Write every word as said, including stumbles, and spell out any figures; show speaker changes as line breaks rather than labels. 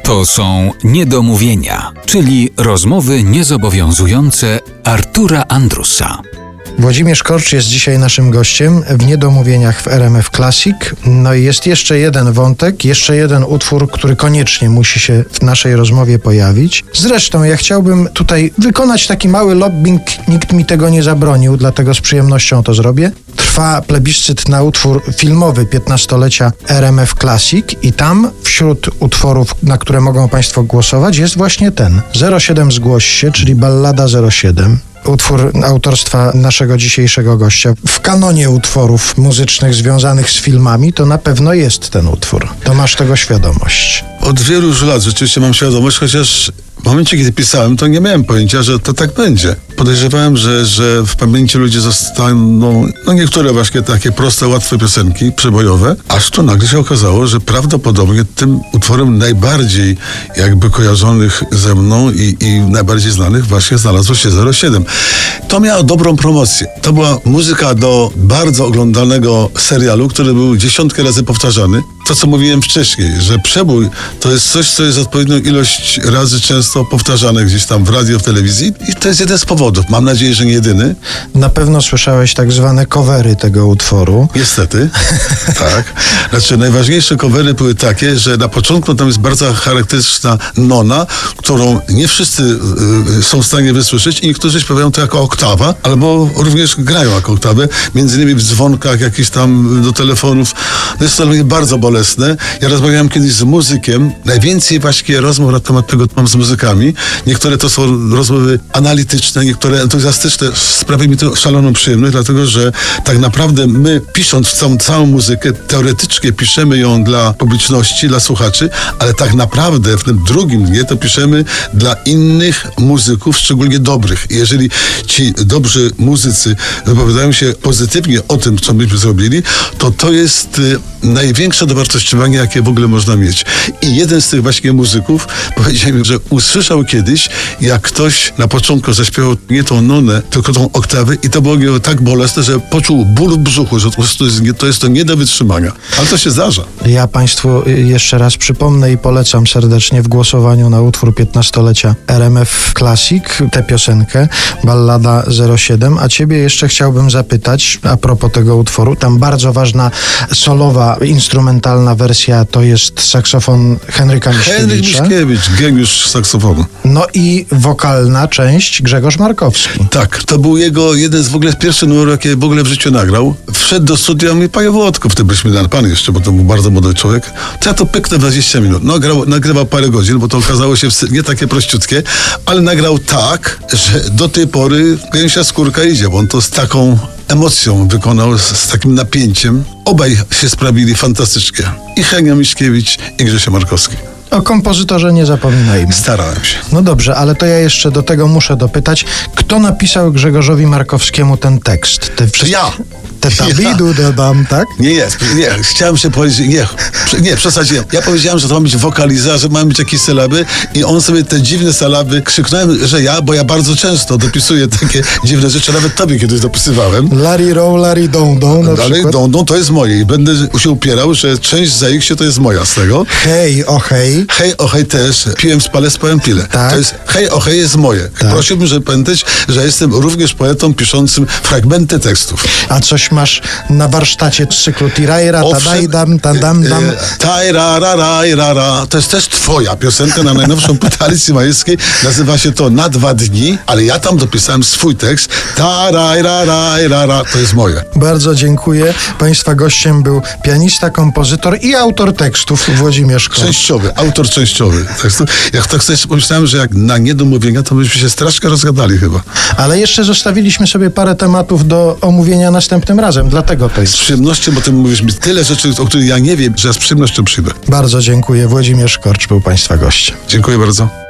To są niedomówienia, czyli rozmowy niezobowiązujące Artura Andrusa.
Włodzimierz Korcz jest dzisiaj naszym gościem w Niedomówieniach w R M F Classic. No i jest jeszcze jeden wątek, jeszcze jeden utwór, który koniecznie musi się w naszej rozmowie pojawić. Zresztą ja chciałbym tutaj wykonać taki mały lobbying, nikt mi tego nie zabronił, dlatego z przyjemnością to zrobię. Trwa plebiscyt na utwór filmowy piętnastolecia R M F Classic i tam wśród utworów, na które mogą Państwo głosować, jest właśnie ten. zero siedem zgłoś się, czyli ballada zero siedem. Utwór autorstwa naszego dzisiejszego gościa. W kanonie utworów muzycznych związanych z filmami to na pewno jest ten utwór. To masz tego świadomość.
Od wielu już lat rzeczywiście mam świadomość, chociaż w momencie, kiedy pisałem, to nie miałem pojęcia, że to tak będzie. Podejrzewałem, że, że w pamięci ludzi zostaną no niektóre właśnie takie proste, łatwe piosenki przebojowe, aż tu nagle się okazało, że prawdopodobnie tym utworem najbardziej jakby kojarzonych ze mną i, i najbardziej znanych właśnie znalazło się zero siedem. To miało dobrą promocję. To była muzyka do bardzo oglądanego serialu, który był dziesiątkę razy powtarzany. To, co mówiłem wcześniej, że przebój to jest coś, co jest odpowiednią ilość razy często powtarzane gdzieś tam w radio, w telewizji i to jest jeden z powodów. Mam nadzieję, że nie jedyny.
Na pewno słyszałeś tak zwane covery tego utworu.
Niestety, tak. Znaczy najważniejsze covery były takie, że na początku tam jest bardzo charakterystyczna nona, którą nie wszyscy y, są w stanie wysłyszeć i niektórzy śpiewają to jako oktawa, albo również grają jako oktawę, między innymi w dzwonkach jakichś tam do telefonów. To jest to dla mnie bardzo bolesne. Ja rozmawiałem kiedyś z muzykiem. Najwięcej właśnie rozmów na temat tego mam z muzykami. Niektóre to są rozmowy analityczne, niektóre entuzjastyczne. Sprawia mi to szaloną przyjemność, dlatego że tak naprawdę my, pisząc całą, całą muzykę, teoretycznie piszemy ją dla publiczności, dla słuchaczy, ale tak naprawdę w tym drugim dnie to piszemy dla innych muzyków, szczególnie dobrych. I jeżeli ci dobrzy muzycy wypowiadają się pozytywnie o tym, co myśmy zrobili, to to jest y, największe dowartościowanie, jakie w ogóle można mieć. I jeden z tych właśnie muzyków powiedział mi, że usłyszał kiedyś, jak ktoś na początku zaśpiewał nie tą nonę, tylko tą oktawę i to było tak bolesne, że poczuł ból w brzuchu, że to jest, to jest to nie do wytrzymania. Ale to się zdarza.
Ja Państwu jeszcze raz przypomnę i polecam serdecznie w głosowaniu na utwór piętnastolecia R M F Classic tę piosenkę, ballada zero siedem, a Ciebie jeszcze chciałbym zapytać a propos tego utworu. Tam bardzo ważna solowa, instrumentalna wersja to jest saksofon Henryka Miśkiewicza.
Henryk Miśkiewicz, geniusz saksofonu.
No i wokalna część Grzegorz Markowski.
Tak, to był jego jeden z w ogóle pierwszych numerów, jakie w ogóle w życiu nagrał. Wszedł do studia i Panie Włodko, wtedy byliśmy na pan jeszcze, bo to był bardzo młody człowiek. To ja to pyknę dwadzieścia minut. No, grał, nagrywał parę godzin, bo to okazało się nie takie prościutkie, ale nagrał tak, że do tej pory gęsia skórka idzie, bo on to z taką emocją wykonał, z, z takim napięciem. Obaj się sprawili fantastycznie. I Henia Miśkiewicz, i Grzesio Markowski.
O kompozytorze nie zapominajmy.
Starałem się.
No dobrze, ale to ja jeszcze do tego muszę dopytać. Kto napisał Grzegorzowi Markowskiemu ten tekst? Te
To ja.
Te tabidu dam, tak?
Nie jest, nie, chciałem się powiedzieć, nie, nie, przesadziłem. Ja powiedziałem, że to ma być wokaliza, że mają być jakieś sylaby i on sobie te dziwne sylaby, krzyknąłem, że ja, bo ja bardzo często dopisuję takie dziwne rzeczy, nawet tobie kiedyś dopisywałem.
Lari row, lari dą, dą na
Dalej
przykład.
dą, dą, to jest moje i będę się upierał, że część za ich się to jest moja z tego.
Hej, o hej.
Hej, o hej też, piłem spale, spałem pile.
Tak.
To jest, hej, o hej jest moje.
Tak.
Prosiłbym, żeby pamiętać, że jestem również poetą piszącym fragmenty tekstów.
A coś masz na warsztacie cyklu tirajra, tadaj dam, tadam dam.
Tajrararajrara. To jest też twoja piosenka na najnowszą płytę Alicji Majewskiej. Nazywa się to Na dwa dni, ale ja tam dopisałem swój tekst. Tarajrarajrara. To jest moje.
Bardzo dziękuję. Państwa gościem był pianista, kompozytor i autor tekstów Włodzimierz Korcz.
Częściowy, autor częściowy tekstu. Jak tak sobie pomyślałem, że jak na niedomówienia, to byśmy się strasznie rozgadali chyba.
Ale jeszcze zostawiliśmy sobie parę tematów do omówienia następnym razem. Dlatego to jest.
Z przyjemnością, bo ty mówisz mi tyle rzeczy, o których ja nie wiem, że ja z przyjemnością przyjdę.
Bardzo dziękuję. Włodzimierz Korcz był Państwa gościem.
Dziękuję bardzo.